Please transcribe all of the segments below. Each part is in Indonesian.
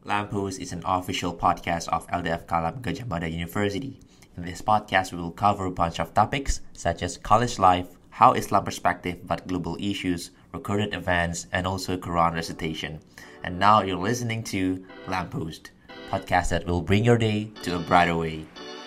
Lamppost is an official podcast of LDF Kalam Gajah Mada University. In this podcast, we will cover a bunch of topics such as college life, how Islam perspective about global issues, recorded events, and also Quran recitation. And now you're listening to Lamppost, podcast that will bring your day to a brighter way.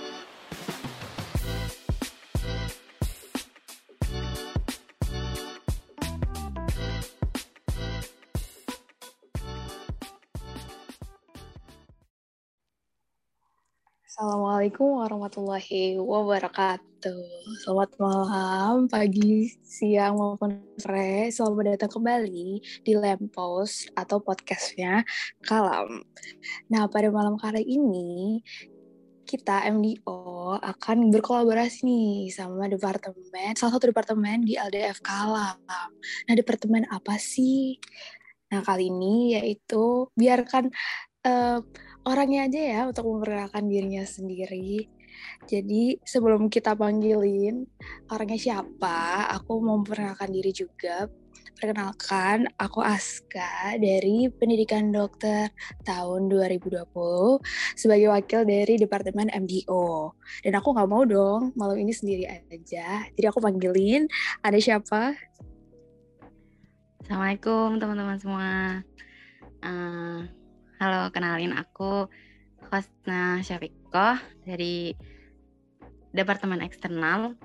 Assalamualaikum warahmatullahi wabarakatuh. Selamat malam, pagi, siang, maupun sore. Selamat datang kembali di Lamppost atau podcastnya Kalam. Nah, pada malam kali ini, kita MDO akan berkolaborasi nih sama salah satu departemen di LDF Kalam. Nah, departemen apa sih? Nah, kali ini yaitu biarkan orangnya aja ya untuk memperkenalkan dirinya sendiri. Jadi sebelum kita panggilin orangnya siapa, aku mau memperkenalkan diri juga. Perkenalkan, aku Aska dari Pendidikan Dokter tahun 2020 sebagai wakil dari Departemen MDO. Dan aku nggak mau dong malam ini sendiri aja. Jadi aku panggilin, ada siapa? Assalamualaikum teman-teman semua. Halo, kenalin aku Hosna Syafiqah dari Departemen Eksternal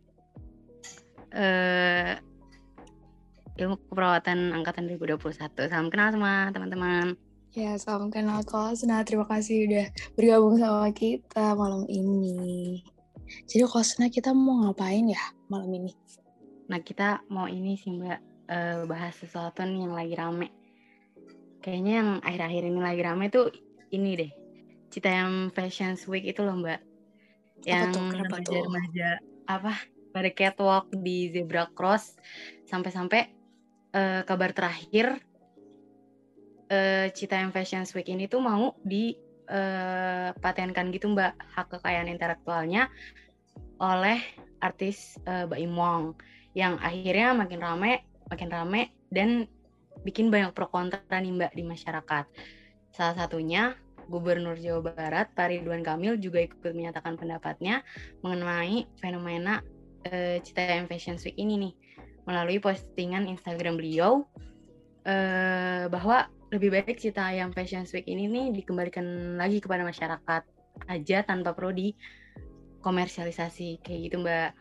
Ilmu Keperawatan Angkatan 2021. Salam kenal semua teman-teman. Ya, salam kenal Kosna. Terima kasih udah bergabung sama kita malam ini. Jadi Kosna, kita mau ngapain ya malam ini? Nah, kita mau ini sih Mbak, bahas sesuatu nih yang lagi rame. Kayaknya yang akhir-akhir ini lagi rame tuh ini deh, Citayam Fashion Week itu loh Mbak. Yang remaja-remaja pada catwalk di Zebra Cross. Sampai-sampai kabar terakhir Citayam Fashion Week ini tuh mau dipatenkan gitu Mbak, hak kekayaan intelektualnya oleh artis Baim Wong, yang akhirnya makin rame dan bikin banyak pro kontra nih Mbak di masyarakat. Salah satunya Gubernur Jawa Barat Pak Ridwan Kamil juga ikut menyatakan pendapatnya mengenai fenomena Citayam Fashion Week ini nih, melalui postingan Instagram beliau bahwa lebih baik Citayam Fashion Week ini nih dikembalikan lagi kepada masyarakat aja tanpa perlu dikomersialisasi kayak gitu Mbak.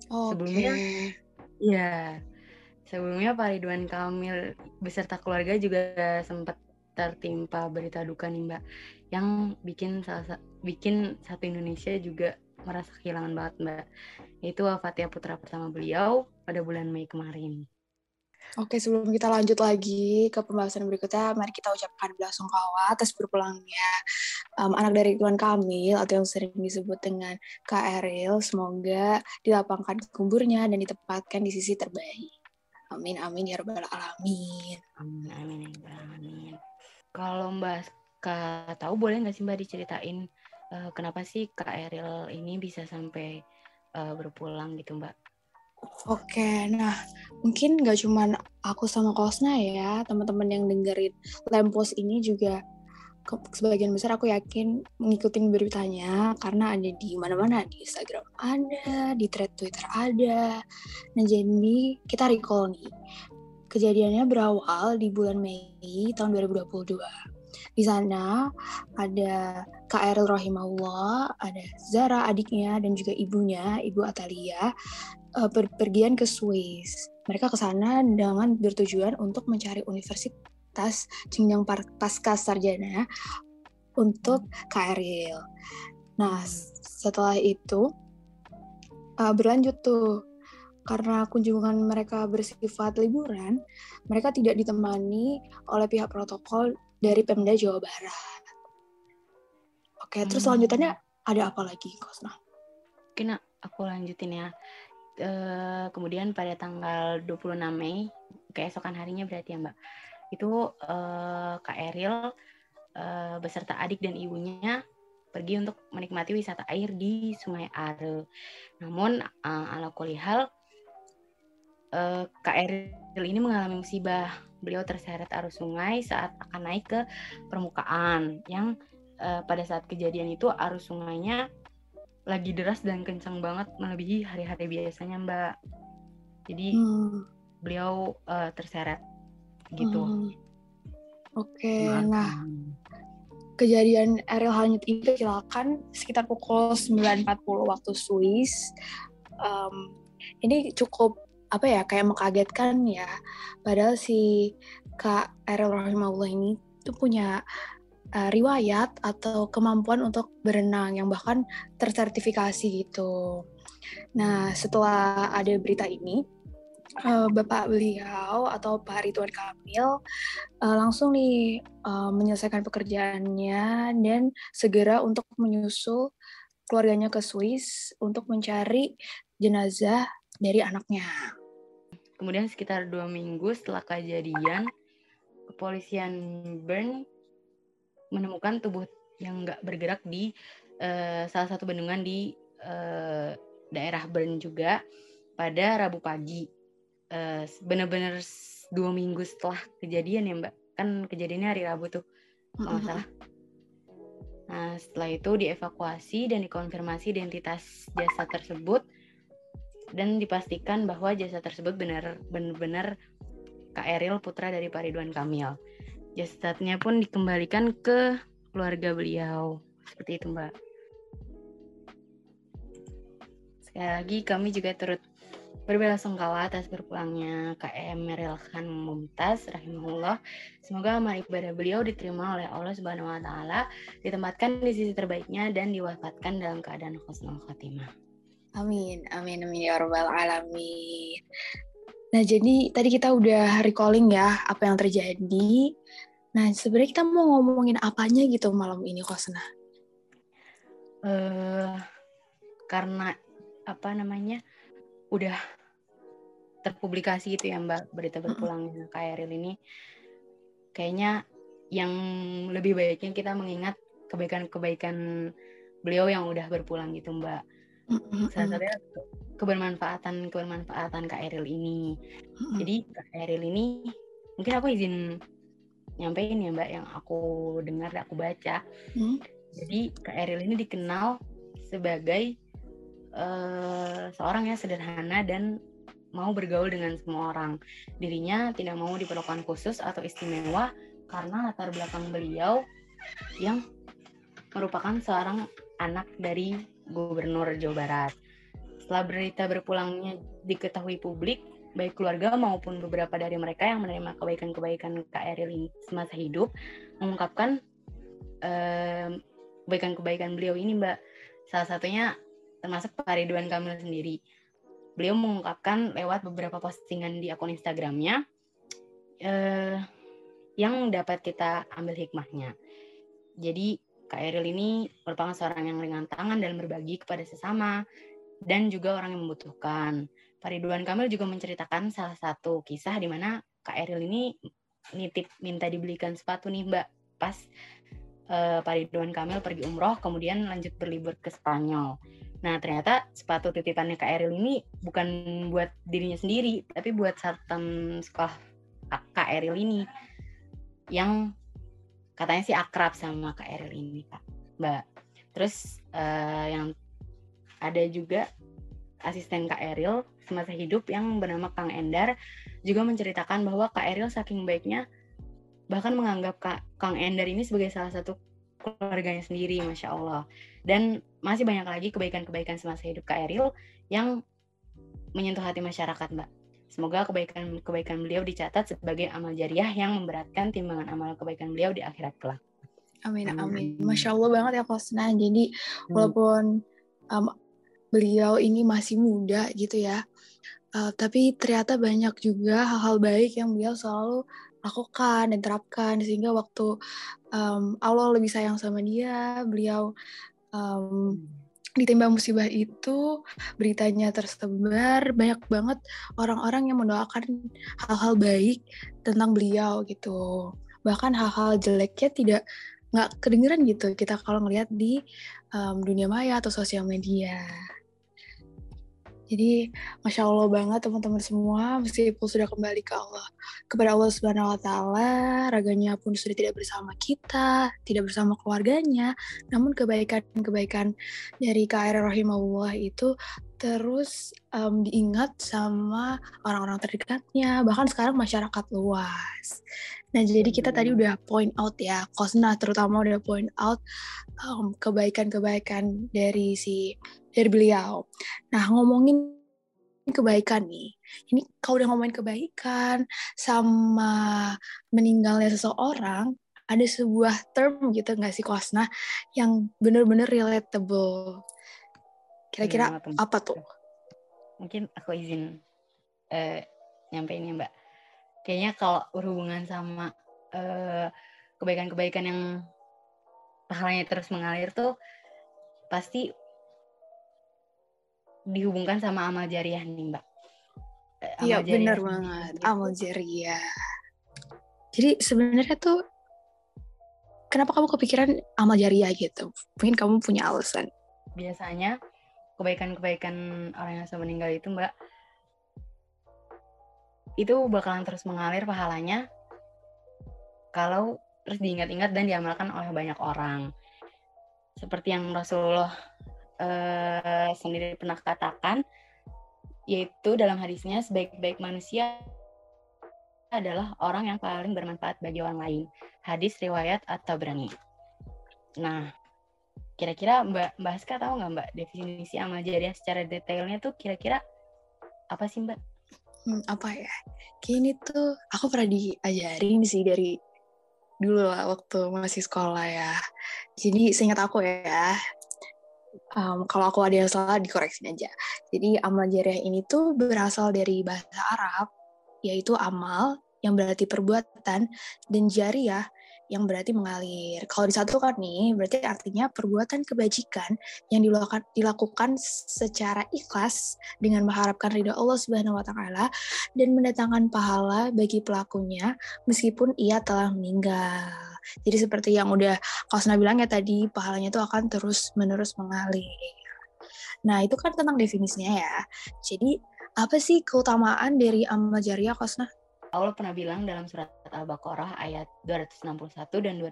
Sebelumnya Pak Ridwan Kamil beserta keluarga juga sempat tertimpa berita duka nih Mbak, yang bikin satu Indonesia juga merasa kehilangan banget Mbak, yaitu wafatnya putra pertama beliau pada bulan Mei kemarin. Oke, sebelum kita lanjut lagi ke pembahasan berikutnya, mari kita ucapkan belasungkawa atas berpulangnya anak dari Ridwan Kamil atau yang sering disebut dengan Kak Eril. Semoga dilapangkan kuburnya dan ditempatkan di sisi terbaik. Amin, amin ya rabbal alamin. Amin, amin ya rabbal alamin. Kalau Mbak Kak tahu, boleh nggak sih Mbak diceritain kenapa sih Kak Eril ini bisa sampai berpulang gitu Mbak? Oke, nah mungkin nggak cuma aku sama Kosna ya, teman-teman yang dengerin Lamppost ini juga sebagian besar aku yakin mengikuti beritanya karena ada di mana-mana, di Instagram ada, di thread Twitter ada. Nah jadi kita recall nih, kejadiannya berawal di bulan Mei tahun 2022. Di sana ada Kak Eril rahimahullah, ada Zara adiknya dan juga ibunya, Ibu Atalia, berpergian ke Swiss. Mereka ke sana dengan bertujuan untuk mencari universitas jenjang pasca sarjana untuk Kak Eril. Nah, setelah itu berlanjut tuh, karena kunjungan mereka bersifat liburan, mereka tidak ditemani oleh pihak protokol dari Pemda Jawa Barat. Oke, terus selanjutnya ada apa lagi, Kosna? Mungkin aku lanjutin ya. Kemudian pada tanggal 26 Mei, keesokan harinya berarti ya Mbak, itu Kak Eril beserta adik dan ibunya pergi untuk menikmati wisata air di Sungai Are. Namun ala kulli hal Kak Eril ini mengalami musibah beliau terseret arus sungai saat akan naik ke permukaan, yang pada saat kejadian itu arus sungainya lagi deras dan kencang banget, melebihi hari-hari biasanya, Mbak. Jadi beliau terseret gitu. Oke. Nah, kejadian Ariel hanyut itu dilakukan sekitar pukul 9.40 waktu Swiss. Ini cukup kayak mengkagetkan ya. Padahal si Kak Ariel rahimahullah ini tuh punya riwayat atau kemampuan untuk berenang yang bahkan tersertifikasi gitu. Nah, setelah ada berita ini, Bapak beliau atau Pak Ridwan Kamil langsung nih menyelesaikan pekerjaannya dan segera untuk menyusul keluarganya ke Swiss untuk mencari jenazah dari anaknya. Kemudian sekitar 2 minggu setelah kejadian, kepolisian Bern menemukan tubuh yang nggak bergerak di salah satu bendungan di daerah Bern juga pada Rabu pagi. Benar-benar 2 minggu setelah kejadian ya Mbak, kan kejadiannya hari Rabu tuh kalau nggak salah. Nah setelah itu dievakuasi dan dikonfirmasi identitas jasad tersebut dan dipastikan bahwa jasad tersebut benar-benar Kak Eril, putra dari Pak Ridwan Kamil. Jasadnya pun dikembalikan ke keluarga beliau. Seperti itu, Mbak. Sekali lagi kami juga turut berbelasungkawa atas berpulangnya KM Eril Khan Mumtaz rahimahullah. Semoga amal ibadah beliau diterima oleh Allah Subhanahu wa taala, ditempatkan di sisi terbaiknya dan diwafatkan dalam keadaan husnul khotimah. Amin, amin, amin ya rabbal alamin. Nah, jadi tadi kita udah recalling ya apa yang terjadi. Nah, sebenarnya kita mau ngomongin apanya gitu malam ini, Kosna? Karena udah terpublikasi gitu ya Mbak, berita berpulangnya Kak Eril ini. Kayaknya yang lebih baiknya kita mengingat kebaikan-kebaikan beliau yang udah berpulang gitu Mbak. Salah satunya kebermanfaatan Kak Eril ini. Jadi Kak Eril ini, mungkin aku izin nyampein ya Mbak yang aku dengar, aku baca. Jadi Kak Eril ini dikenal sebagai seorang yang sederhana dan mau bergaul dengan semua orang. Dirinya tidak mau diperlakukan khusus atau istimewa karena latar belakang beliau yang merupakan seorang anak dari Gubernur Jawa Barat. Setelah berita berpulangnya diketahui publik, baik keluarga maupun beberapa dari mereka yang menerima kebaikan-kebaikan Kak Eril ini semasa hidup, mengungkapkan kebaikan-kebaikan beliau ini Mbak. Salah satunya termasuk Pak Ridwan Kamil sendiri. Beliau mengungkapkan lewat beberapa postingan di akun Instagramnya yang dapat kita ambil hikmahnya. Jadi Kak Eril ini merupakan seorang yang ringan tangan dalam berbagi kepada sesama dan juga orang yang membutuhkan. Pak Ridwan Kamil juga menceritakan salah satu kisah di mana Kak Eril ini nitip minta dibelikan sepatu nih Mbak, pas Pak Ridwan Kamil pergi umroh kemudian lanjut berlibur ke Spanyol. Nah ternyata sepatu titipannya Kak Eril ini bukan buat dirinya sendiri, tapi buat satpam sekolah Kak Eril ini yang katanya sih akrab sama Kak Eril ini Mbak. Terus yang ada juga asisten Kak Eril semasa hidup yang bernama Kang Endar juga menceritakan bahwa Kak Eril saking baiknya bahkan menganggap Kang Endar ini sebagai salah satu keluarganya sendiri, Masya Allah. Dan masih banyak lagi kebaikan-kebaikan semasa hidup Kak Eril yang menyentuh hati masyarakat, Mbak. Semoga kebaikan-kebaikan beliau dicatat sebagai amal jariah yang memberatkan timbangan amal kebaikan beliau di akhirat kelak. Amin, amin. Masya Allah banget ya Kosna. Jadi walaupun beliau ini masih muda gitu ya, tapi ternyata banyak juga hal-hal baik yang beliau selalu lakukan dan terapkan, sehingga waktu Allah lebih sayang sama dia, beliau ditimpa musibah itu, beritanya tersebar, banyak banget orang-orang yang mendoakan hal-hal baik tentang beliau gitu. Bahkan hal-hal jeleknya nggak kedengeran gitu kita kalau ngelihat di dunia maya atau sosial media. Jadi, Masya Allah banget teman-teman semua, meskipun sudah kembali kepada Allah Subhanahu wa Ta'ala, raganya pun sudah tidak bersama kita, tidak bersama keluarganya, namun kebaikan-kebaikan dari KR rahimahullah itu terus diingat sama orang-orang terdekatnya, bahkan sekarang masyarakat luas. Nah, jadi kita tadi udah point out ya, Kosna terutama udah point out kebaikan-kebaikan dari beliau. Nah, ngomongin kebaikan nih. Ini kalau udah ngomongin kebaikan sama meninggalnya seseorang, ada sebuah term gitu nggak sih Kosna yang bener-bener relatable. Kira-kira apa tuh? Mungkin aku izin nyampein ya Mbak. Kayaknya kalau berhubungan sama kebaikan-kebaikan yang pahalanya terus mengalir tuh pasti dihubungkan sama amal jariah nih Mbak. Iya benar banget, amal jariah. Jadi sebenarnya tuh kenapa kamu kepikiran amal jariah gitu? Mungkin kamu punya alasan. Biasanya kebaikan-kebaikan orang yang sudah meninggal itu Mbak, itu bakalan terus mengalir pahalanya kalau terus diingat-ingat dan diamalkan oleh banyak orang. Seperti yang Rasulullah sendiri pernah katakan, yaitu dalam hadisnya sebaik-baik manusia adalah orang yang paling bermanfaat bagi orang lain. Hadis riwayat At-Tabrani. Nah, kira-kira Mbak Haska tahu nggak Mbak definisi amal jariah secara detailnya tuh kira-kira apa sih Mbak? Apa ya? Kini tuh aku pernah diajarin sih dari dulu lah waktu masih sekolah ya. Jadi seingat aku ya, kalau aku ada yang salah dikoreksi aja. Jadi amal jariah ini tuh berasal dari bahasa Arab, yaitu amal yang berarti perbuatan dan jariah yang berarti mengalir. Kalau disatukan nih, berarti artinya perbuatan kebajikan yang dilakukan secara ikhlas dengan mengharapkan ridha Allah Subhanahu wa Ta'ala dan mendatangkan pahala bagi pelakunya meskipun ia telah meninggal. Jadi seperti yang udah Kosna bilang ya tadi, pahalanya itu akan terus-menerus mengalir. Nah, itu kan tentang definisinya ya. Jadi, apa sih keutamaan dari amal jariah, Kosna? Allah pernah bilang dalam surat Al-Baqarah ayat 261 dan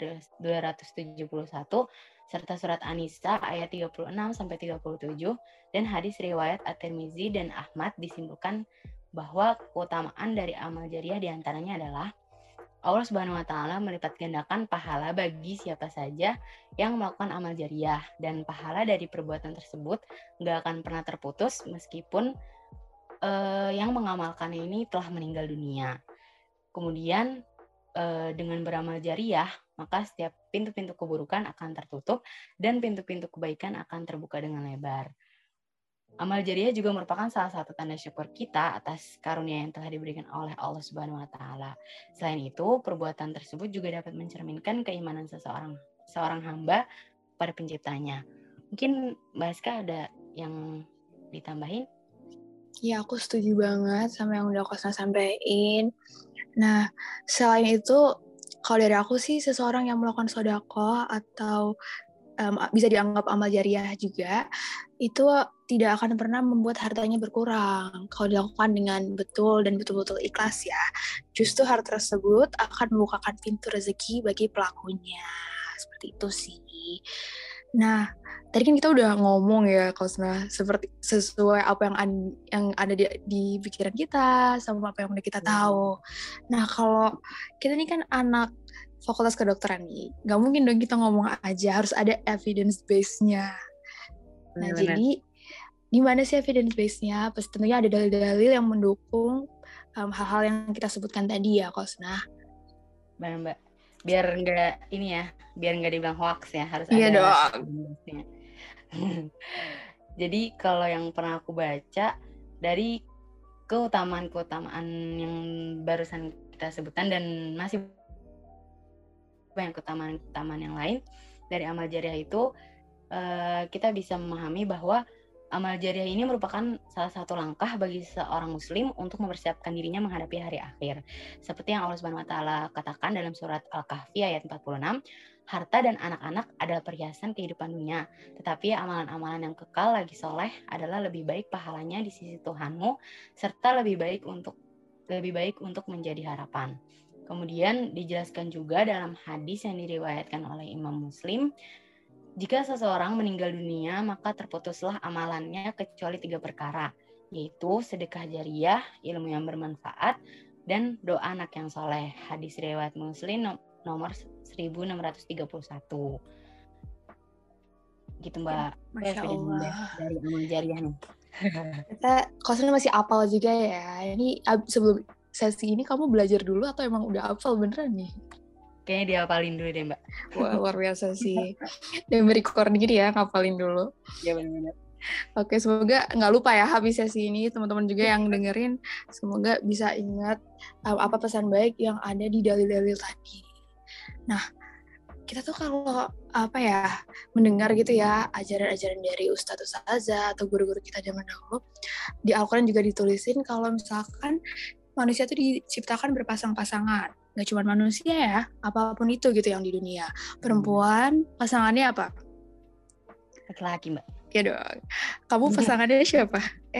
271 serta surat An-Nisa ayat 36 sampai 37 dan hadis riwayat At-Tirmizi dan Ahmad disimpulkan bahwa keutamaan dari amal jariah diantaranya adalah Allah Subhanahu wa Ta'ala melipat gandakan pahala bagi siapa saja yang melakukan amal jariah, dan pahala dari perbuatan tersebut nggak akan pernah terputus meskipun yang mengamalkannya ini telah meninggal dunia. Kemudian dengan beramal jariah, maka setiap pintu-pintu keburukan akan tertutup dan pintu-pintu kebaikan akan terbuka dengan lebar. Amal jariah juga merupakan salah satu tanda syukur kita atas karunia yang telah diberikan oleh Allah Subhanahu wa Ta'ala. Selain itu, perbuatan tersebut juga dapat mencerminkan keimanan seorang hamba pada penciptanya. Mungkin Mbak Aska ada yang ditambahin? Ya, aku setuju banget sama yang udah Kosna sampaikan. Nah, selain itu, kalau dari aku sih, seseorang yang melakukan sodako atau bisa dianggap amal jariah juga, itu tidak akan pernah membuat hartanya berkurang. Kalau dilakukan dengan betul dan betul-betul ikhlas ya, justru harta tersebut akan membukakan pintu rezeki bagi pelakunya. Seperti itu sih. Nah, tadi kan kita udah ngomong ya, Kosna, seperti sesuai apa yang ada di pikiran kita, sama apa yang udah kita tahu. Nah, kalau kita ini kan anak fakultas kedokteran nih, nggak mungkin dong kita ngomong aja, harus ada evidence base-nya. Nah, jadi di mana sih evidence base-nya? Pasti tentunya ada dalil-dalil yang mendukung hal-hal yang kita sebutkan tadi ya, Kosna. Benar, Mbak. Biar nggak dibilang hoax ya, harus Iya ada dong. Jadi kalau yang pernah aku baca dari keutamaan-keutamaan yang barusan kita sebutkan dan masih banyak keutamaan-keutamaan yang lain dari amal jariah itu, kita bisa memahami bahwa amal jariah ini merupakan salah satu langkah bagi seorang muslim untuk mempersiapkan dirinya menghadapi hari akhir. Seperti yang Allah Subhanahu wa Ta'ala katakan dalam surat Al-Kahfi ayat 46, harta dan anak-anak adalah perhiasan kehidupan dunia. Tetapi amalan-amalan yang kekal lagi soleh adalah lebih baik pahalanya di sisi Tuhanmu, serta lebih baik untuk menjadi harapan. Kemudian dijelaskan juga dalam hadis yang diriwayatkan oleh Imam Muslim, jika seseorang meninggal dunia, maka terputuslah amalannya kecuali 3 perkara, yaitu sedekah jariyah, ilmu yang bermanfaat, dan doa anak yang soleh. Hadis riwayat Muslim nomor 1631. Gitu Mbak. Masya Allah. Dari amal jariyah nih. Kita kosnya masih apal juga ya. Ini sebelum sesi ini kamu belajar dulu atau emang udah hafal beneran nih? Kayaknya dihafalin dulu deh Mbak. Wah, luar biasa sih. Dan recording gini ya, ngapalin dulu. Iya benar-benar. Oke, semoga nggak lupa ya habis sesi ini, teman-teman juga yang dengerin, semoga bisa ingat apa pesan baik yang ada di dalil-dalil tadi. Nah, kita tuh kalau mendengar gitu ya ajaran-ajaran dari ustadz-ustazah atau guru-guru kita zaman dahulu, di Al-Quran juga ditulisin kalau misalkan manusia tuh diciptakan berpasang-pasangan. Nggak cuma manusia ya, apapun itu gitu yang di dunia. Perempuan, pasangannya apa? Laki-laki Mbak. Ya dong. Kamu pasangannya siapa?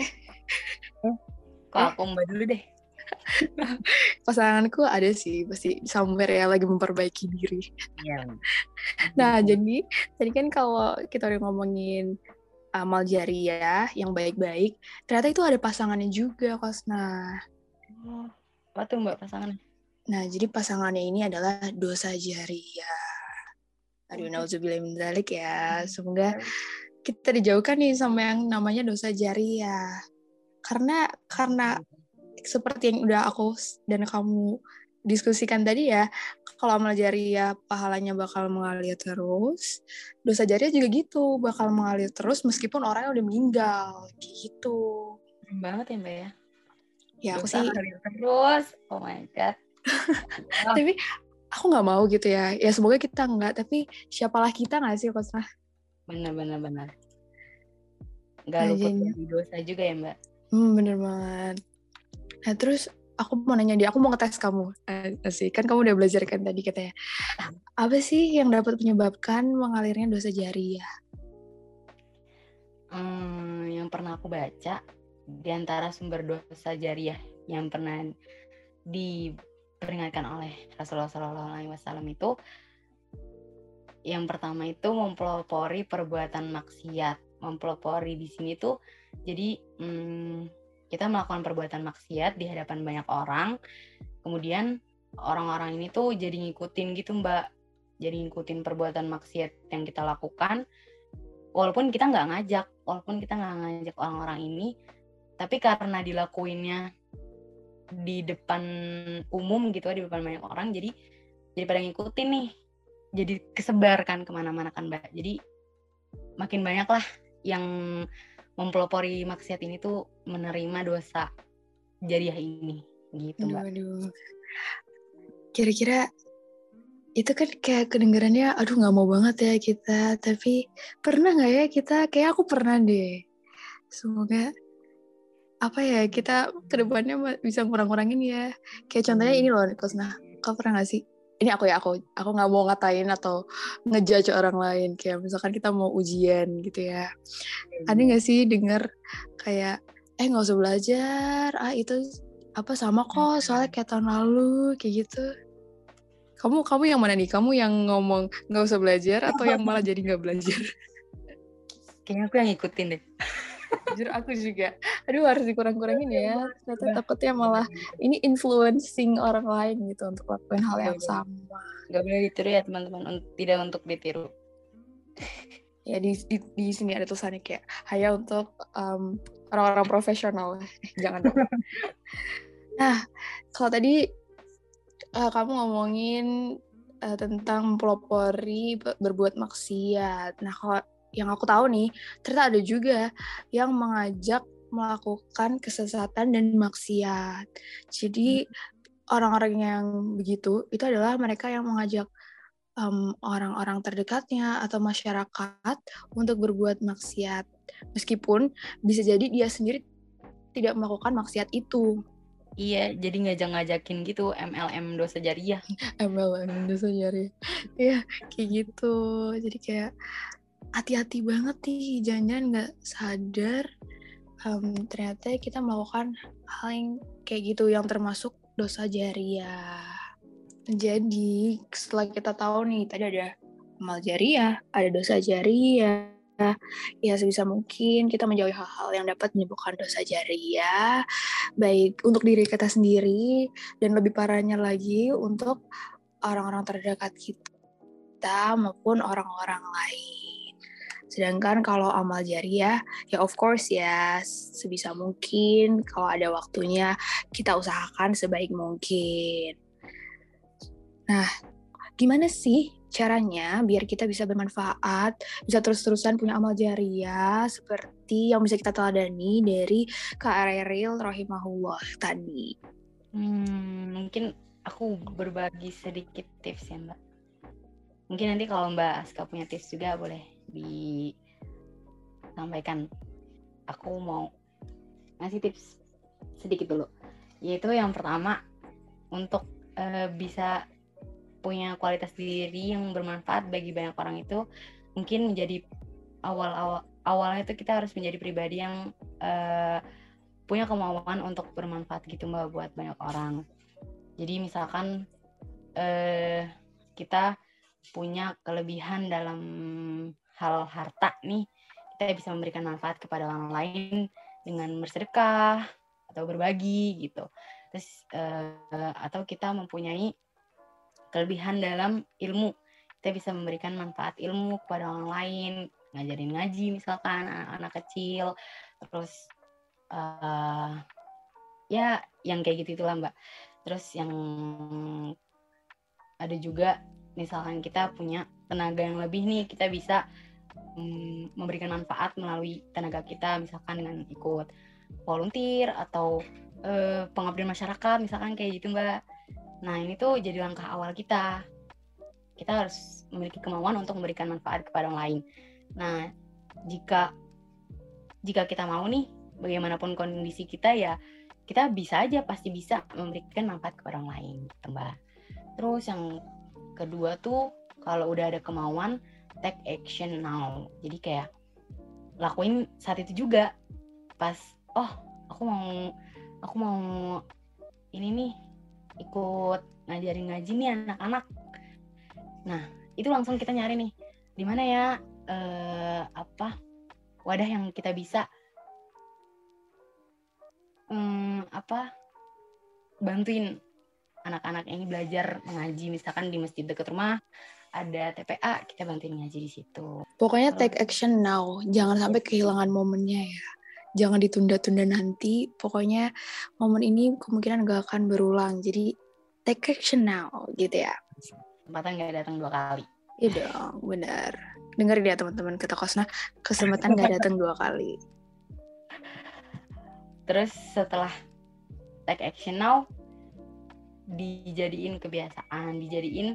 Kok aku Mbak dulu deh. Pasanganku ada sih, pasti somewhere ya lagi memperbaiki diri. Iya. Nah, jadi tadi kan kalau kita udah ngomongin amal jariyah yang baik-baik, ternyata itu ada pasangannya juga, Kosna. Apa tuh Mbak pasangannya? Nah, jadi pasangannya ini adalah dosa jariyah. Aduh, nauzubillah min dzalik ya. Semoga kita dijauhkan nih sama yang namanya dosa jariyah. Karena seperti yang udah aku dan kamu diskusikan tadi ya, kalau amal jariyah pahalanya bakal mengalir terus, dosa jariyah juga gitu, bakal mengalir terus meskipun orangnya udah meninggal, gitu. Keren banget ya Mbak ya. Ya aku dosa sih mengalir terus. Oh my god. tapi aku nggak mau gitu ya. Ya semoga kita nggak, tapi siapalah kita nggak sih, Kosna? Benar. Nggak luput dari dosa juga ya Mbak. Bener banget. Nah terus aku mau nanya dia, aku mau ngetes kamu. Asik, kan kamu udah belajar kan tadi katanya. Apa sih yang dapat menyebabkan mengalirnya dosa jariyah? Yang pernah aku baca, di antara sumber dosa jariyah yang pernah diperingatkan oleh Rasulullah SAW itu, yang pertama itu mempelopori perbuatan maksiat. Mempelopori di sini tuh, jadi kita melakukan perbuatan maksiat di hadapan banyak orang, kemudian orang-orang ini tuh jadi ngikutin gitu Mbak, jadi ngikutin perbuatan maksiat yang kita lakukan, walaupun kita nggak ngajak orang-orang ini, tapi karena dilakuinnya di depan umum gitu, di depan banyak orang, jadi pada ngikutin nih, jadi kesebarkan kemana-mana kan Mbak, jadi makin banyak lah yang mempelopori maksiat ini tuh menerima dosa jariyah ini gitu Mbak. Aduh. Kira-kira itu kan kayak kedengarannya aduh nggak mau banget ya kita, tapi pernah nggak ya kita, kayak aku pernah deh. Semoga kita kedepannya bisa ngurang-ngurangin ya. Kayak contohnya ini loh Kosna, kau pernah nggak sih? Ini aku nggak mau ngatain atau ngejudge orang lain, kayak misalkan kita mau ujian gitu ya, ada nggak sih denger kayak nggak usah belajar, itu sama kok soalnya kayak tahun lalu kayak gitu. Kamu yang mana nih? Kamu yang ngomong nggak usah belajar atau yang malah jadi nggak belajar? Kayaknya aku yang ngikutin deh. Jujur aku juga. Aduh, harus dikurang-kurangin ya. Ternyata takutnya malah ini influencing orang lain gitu untuk lakuin hal yang sama. Gak boleh ditiru ya teman-teman, tidak untuk ditiru. Ya di sini ada tulisannya kayak hanya untuk orang-orang profesional. Jangan dong. Nah, kalau tadi kamu ngomongin tentang mempelopori berbuat maksiat. Nah, kalau yang aku tahu nih, ternyata ada juga yang mengajak melakukan kesesatan dan maksiat. Jadi orang-orang yang begitu itu adalah mereka yang mengajak orang-orang terdekatnya atau masyarakat untuk berbuat maksiat. Meskipun bisa jadi dia sendiri tidak melakukan maksiat itu. Iya, jadi ngajak-ngajakin gitu MLM dosa jariah. MLM dosa jari. Iya, kayak gitu. Jadi kayak hati-hati banget nih, jangan-jangan nggak sadar ternyata kita melakukan hal yang kayak gitu yang termasuk dosa jariah. Jadi setelah kita tahu nih tadi ada amal jariah, ada dosa jariah, ya sebisa mungkin kita menjauhi hal-hal yang dapat menyebabkan dosa jariah, baik untuk diri kita sendiri dan lebih parahnya lagi untuk orang-orang terdekat kita maupun orang-orang lain. Sedangkan kalau amal jariah, ya of course ya, sebisa mungkin kalau ada waktunya kita usahakan sebaik mungkin. Nah, gimana sih caranya biar kita bisa bermanfaat, bisa terus-terusan punya amal jariah seperti yang bisa kita teladani dari Kak Ariel rahimahullah tadi? Mungkin aku berbagi sedikit tips ya Mbak. Mungkin nanti kalau Mbak Aska punya tips juga boleh disampaikan. Aku mau ngasih tips sedikit dulu. Yaitu yang pertama, untuk bisa punya kualitas diri yang bermanfaat bagi banyak orang itu mungkin menjadi awalnya itu kita harus menjadi pribadi yang punya kemauan untuk bermanfaat gitu Mbak buat banyak orang. Jadi misalkan kita punya kelebihan dalam hal harta nih, kita bisa memberikan manfaat kepada orang lain dengan bersedekah atau berbagi gitu. Terus atau kita mempunyai kelebihan dalam ilmu, kita bisa memberikan manfaat ilmu kepada orang lain, ngajarin ngaji misalkan anak-anak kecil, terus ya yang kayak gitu itulah Mbak. Terus yang ada juga misalkan kita punya tenaga yang lebih nih, kita bisa memberikan manfaat melalui tenaga kita, misalkan dengan ikut volunteer atau pengabdian masyarakat misalkan kayak gitu Mbak. Nah ini tuh jadi langkah awal kita harus memiliki kemauan untuk memberikan manfaat kepada orang lain. Nah jika kita mau nih, bagaimanapun kondisi kita ya kita bisa aja, pasti bisa memberikan manfaat kepada orang lain gitu Mbak. Terus yang kedua tuh, kalau udah ada kemauan, take action now. Jadi kayak lakuin saat itu juga. Pas aku mau ini nih ikut ngajarin ngaji nih anak-anak. Nah itu langsung kita nyari nih di mana ya wadah yang kita bisa bantuin anak-anak ini belajar mengaji, misalkan di masjid dekat rumah ada TPA, kita bantuin ngaji di situ. Pokoknya take action now, jangan sampai kehilangan momennya ya. Jangan ditunda-tunda nanti, pokoknya momen ini kemungkinan gak akan berulang. Jadi take action now gitu ya. Kesempatan gak datang 2 kali. Iya dong, benar. Dengerin ya teman-teman, kata Kosna, kesempatan gak datang 2 kali. Terus setelah take action now, dijadiin kebiasaan, dijadiin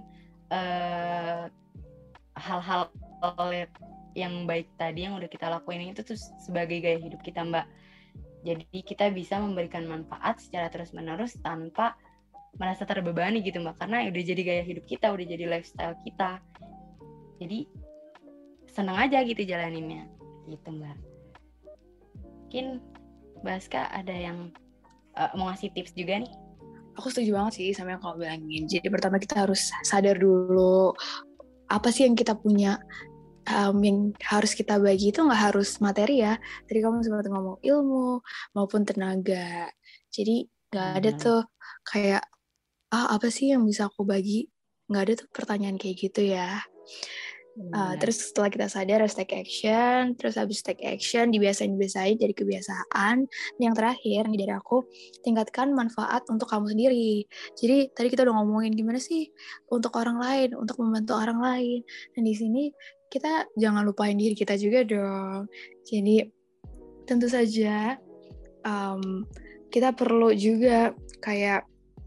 hal-hal yang baik tadi yang udah kita lakuin itu tuh sebagai gaya hidup kita Mbak. Jadi kita bisa memberikan manfaat secara terus-menerus tanpa merasa terbebani gitu Mbak, karena udah jadi gaya hidup kita, udah jadi lifestyle kita. Jadi senang aja gitu jalaninnya gitu Mbak. Mungkin Mbak Aska ada yang mau ngasih tips juga nih? Aku setuju banget sih sama yang kamu bilangin. Jadi pertama kita harus sadar dulu apa sih yang kita punya, yang harus kita bagi itu nggak harus materi ya. Tadi kamu sempat ngomong ilmu maupun tenaga. Jadi nggak ada tuh kayak apa sih yang bisa aku bagi? Nggak ada tuh pertanyaan kayak gitu ya. Terus setelah kita sadar harus take action, terus habis take action dibiasain jadi kebiasaan. Yang terakhir nih dari aku, tingkatkan manfaat untuk kamu sendiri. Jadi tadi kita udah ngomongin gimana sih untuk orang lain, untuk membantu orang lain. Dan di sini kita jangan lupain diri kita juga dong. Jadi tentu saja kita perlu juga kayak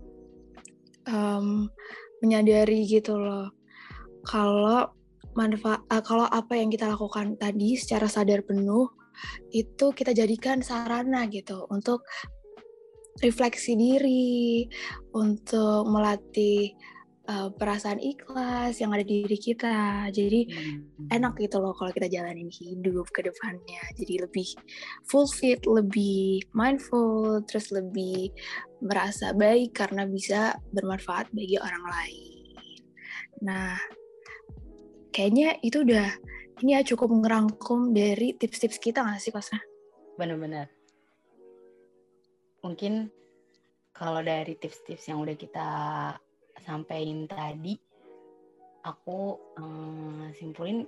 menyadari gitu loh, kalau apa yang kita lakukan tadi secara sadar penuh itu kita jadikan sarana gitu untuk refleksi diri, untuk melatih perasaan ikhlas yang ada di diri kita. Jadi enak gitu loh kalau kita jalanin hidup ke depannya. Jadi lebih fulfilled, lebih mindful, terus lebih merasa baik karena bisa bermanfaat bagi orang lain. Nah, kayaknya itu udah ini ya cukup ngerangkum dari tips-tips kita nggak sih, Kosna? Benar-benar. Mungkin kalau dari tips-tips yang udah kita sampaikan tadi, aku simpulin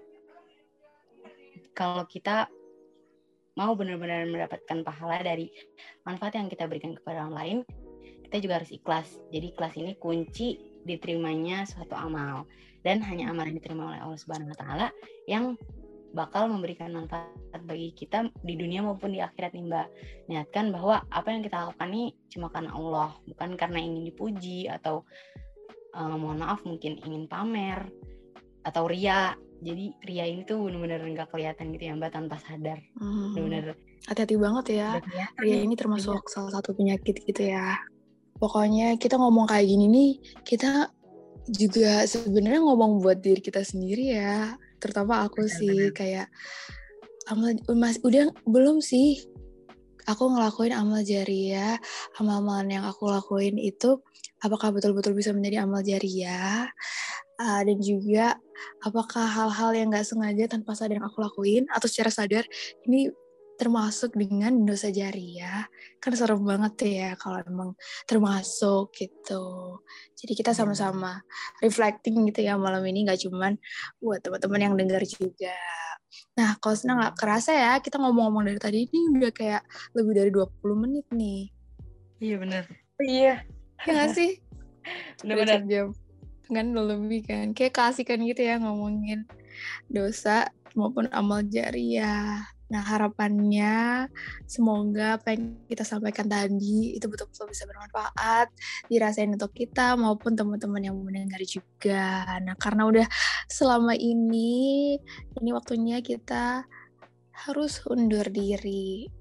kalau kita mau benar-benar mendapatkan pahala dari manfaat yang kita berikan kepada orang lain, kita juga harus ikhlas. Jadi ikhlas ini kunci diterimanya suatu amal, dan hanya amal yang diterima oleh Allah Subhanahu wa taala yang bakal memberikan manfaat bagi kita di dunia maupun di akhirat nih Mbak. Niatkan bahwa apa yang kita lakukan ini cuma karena Allah, bukan karena ingin dipuji atau mohon maaf mungkin ingin pamer atau ria. Jadi ria ini tuh benar-benar nggak kelihatan gitu ya Mbak, tanpa sadar. Benar-benar hati-hati banget ya. Ria ini termasuk salah satu penyakit gitu ya. Pokoknya kita ngomong kayak gini nih, kita juga sebenarnya ngomong buat diri kita sendiri ya. Terutama aku sih kayak udah belum sih aku ngelakuin amal jariah, amal-amalan yang aku lakuin itu apakah betul-betul bisa menjadi amal jariah, dan juga apakah hal-hal yang nggak sengaja tanpa sadar yang aku lakuin atau secara sadar ini termasuk dengan dosa jariah. Kan serem banget ya kalau emang termasuk gitu. Jadi kita sama-sama reflecting gitu ya malam ini, nggak cuman buat teman-teman yang dengar juga. Nah, Kosna nggak kerasa ya, kita ngomong-ngomong dari tadi ini udah kayak lebih dari 20 menit nih. Iya benar. Iya. Ya nggak sih? Benar-benar. Jam. Kan udah lebih kan. Kayak keasikan gitu ya ngomongin dosa maupun amal jariah. Nah, harapannya semoga apa yang kita sampaikan tadi itu betul-betul bisa bermanfaat, dirasain untuk kita maupun teman-teman yang mendengar juga. Nah, karena udah selama ini waktunya kita harus undur diri.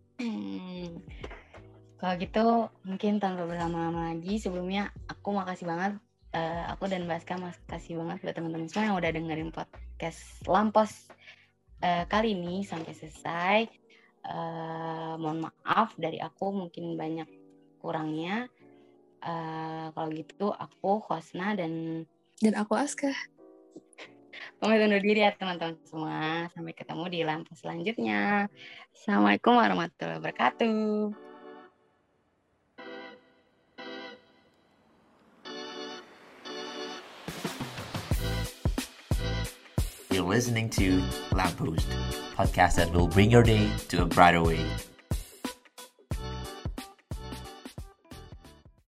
Kalau gitu mungkin tanpa berlama-lama lagi, sebelumnya aku makasih banget, aku dan Mbak Aska makasih banget buat teman-teman semua yang udah dengerin podcast Lampos kali ini sampai selesai. Mohon maaf dari aku mungkin banyak kurangnya. Kalau gitu aku Khosna dan aku Aska pamit undur diri ya teman-teman semua. Sampai ketemu di Lampos selanjutnya. Assalamualaikum warahmatullahi wabarakatuh. You're listening to Lamppost, podcast that will bring your day to a brighter way.